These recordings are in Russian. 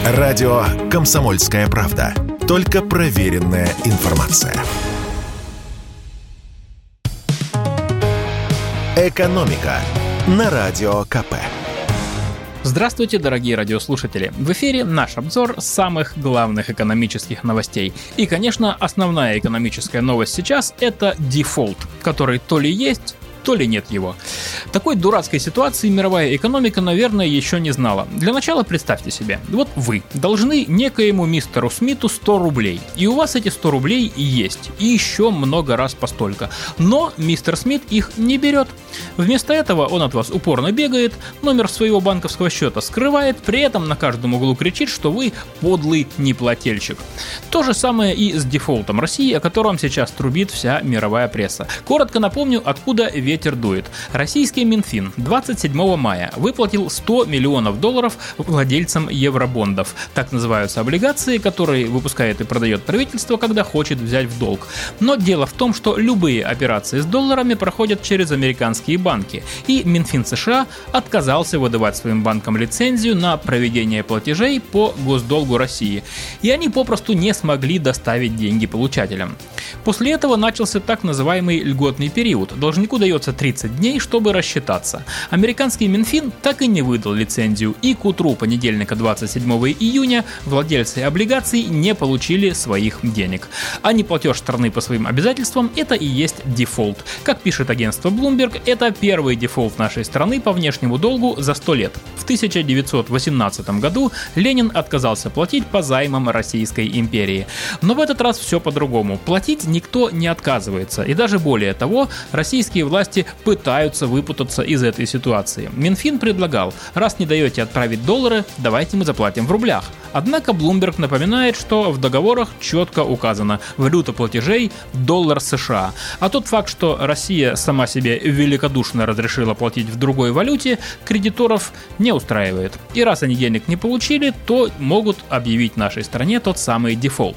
Радио «Комсомольская правда». Только проверенная информация. «Экономика» на Радио КП. Здравствуйте, дорогие радиослушатели! В эфире наш обзор самых главных экономических новостей. И, конечно, основная экономическая новость сейчас – это дефолт, который то ли есть, то ли нет его. Такой дурацкой ситуации мировая экономика, наверное, еще не знала. Для начала представьте себе, вот вы должны некоему мистеру Смиту 100 рублей, и у вас эти 100 рублей есть, и еще много раз постолько. Но мистер Смит их не берет. Вместо этого он от вас упорно бегает, номер своего банковского счета скрывает, при этом на каждом углу кричит, что вы подлый неплательщик. То же самое и с дефолтом России, о котором сейчас трубит вся мировая пресса. Коротко напомню, откуда ветер дует. Российский Минфин 27 мая выплатил $100 миллионов владельцам евробондов. Так называются облигации, которые выпускает и продает правительство, когда хочет взять в долг. Но дело в том, что любые операции с долларами проходят через американские банки, и Минфин США отказался выдавать своим банкам лицензию на проведение платежей по госдолгу России, и они попросту не смогли доставить деньги получателям. После этого начался так называемый льготный период. Должнику дается 30 дней, чтобы рассчитаться. Американский Минфин так и не выдал лицензию, и к утру понедельника 27 июня владельцы облигаций не получили своих денег. А неплатеж страны по своим обязательствам – это и есть дефолт. Как пишет агентство Bloomberg, это первый дефолт нашей страны по внешнему долгу за 100 лет. В 1918 году Ленин отказался платить по займам Российской империи. Но в этот раз все по-другому. Платить никто не отказывается. И даже более того, российские власти пытаются выпутаться из этой ситуации. Минфин предлагал: раз не даете отправить доллары, давайте мы заплатим в рублях. Однако Bloomberg напоминает, что в договорах четко указано: валюта платежей – доллар США. А тот факт, что Россия сама себе великодушно разрешила платить в другой валюте, кредиторов не устраивает. И раз они денег не получили, то могут объявить нашей стране тот самый дефолт.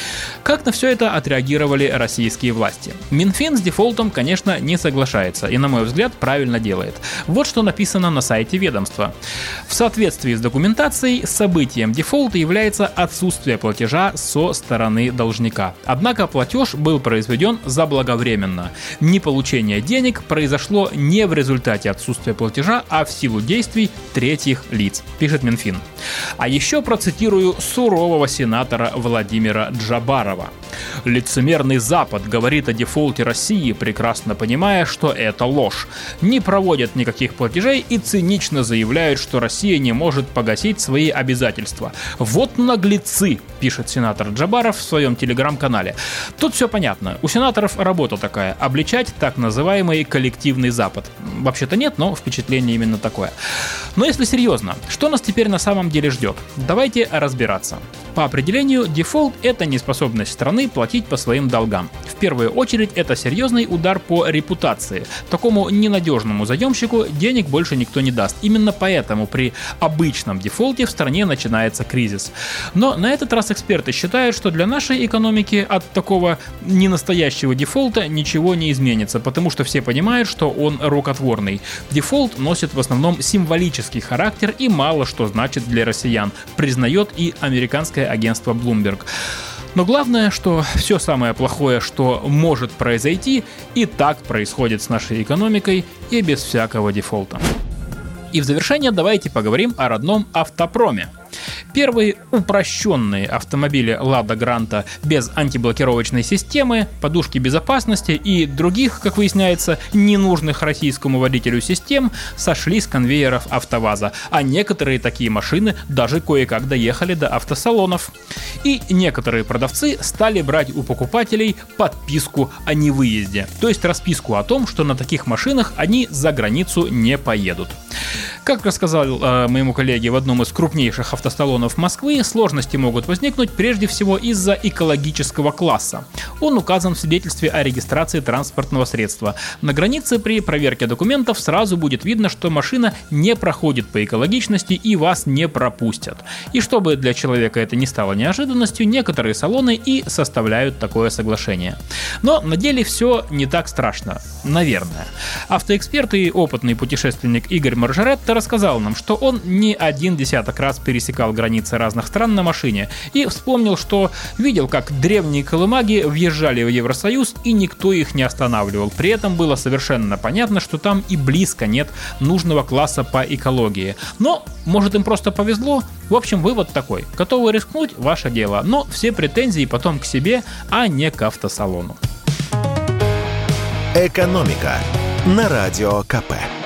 Как на все это отреагировали российские власти? Минфин с дефолтом, конечно, не соглашается и, на мой взгляд, правильно делает. Вот что написано на сайте ведомства. В соответствии с документацией, событием дефолта является отсутствие платежа со стороны должника. Однако платеж был произведен заблаговременно. Неполучение денег произошло не в результате отсутствия платежа, а в силу действий третьих лиц, пишет Минфин. А еще процитирую сурового сенатора Владимира Джабарова. Лицемерный Запад говорит о дефолте России, прекрасно понимая, что это ложь. Не проводят никаких платежей и цинично заявляют, что Россия не может погасить свои обязательства. Вот наглецы, пишет сенатор Джабаров в своем телеграм-канале. Тут все понятно. У сенаторов работа такая – обличать так называемый коллективный Запад. Вообще-то нет, но впечатление именно такое. Но если серьезно, что нас теперь на самом деле ждет? Давайте разбираться. По определению, дефолт – это неспособность страны платить по своим долгам. В первую очередь, это серьезный удар по репутации. Такому ненадежному заемщику денег больше никто не даст. Именно поэтому при обычном дефолте в стране начинается кризис. Но на этот раз эксперты считают, что для нашей экономики от такого ненастоящего дефолта ничего не изменится, потому что все понимают, что он рукотворный. Дефолт носит в основном символический характер и мало что значит для россиян, признает и американское агентство Bloomberg. Но главное, что все самое плохое, что может произойти, и так происходит с нашей экономикой и без всякого дефолта. И в завершение давайте поговорим о родном автопроме. Первые упрощенные автомобили Лада Гранта без антиблокировочной системы, подушки безопасности и других, как выясняется, ненужных российскому водителю систем сошли с конвейеров АвтоВАЗа, а некоторые такие машины даже кое-как доехали до автосалонов. И некоторые продавцы стали брать у покупателей подписку о невыезде, то есть расписку о том, что на таких машинах они за границу не поедут. Как рассказал моему коллеге в одном из крупнейших автосалонов Москвы, сложности могут возникнуть прежде всего из-за экологического класса. Он указан в свидетельстве о регистрации транспортного средства. На границе при проверке документов сразу будет видно, что машина не проходит по экологичности и вас не пропустят. И чтобы для человека это не стало неожиданностью, некоторые салоны и составляют такое соглашение. Но на деле все не так страшно, наверное. Автоэксперт и опытный путешественник Игорь Маржаретто рассказал нам, что он не один десяток раз пересекал границу границы разных стран на машине и вспомнил, что видел, как древние колымаги въезжали в Евросоюз и никто их не останавливал. При этом было совершенно понятно, что там и близко нет нужного класса по экологии. Но, может, им просто повезло? В общем, вывод такой. Готовы рискнуть? Ваше дело. Но все претензии потом к себе, а не к автосалону. «Экономика» на Радио КП.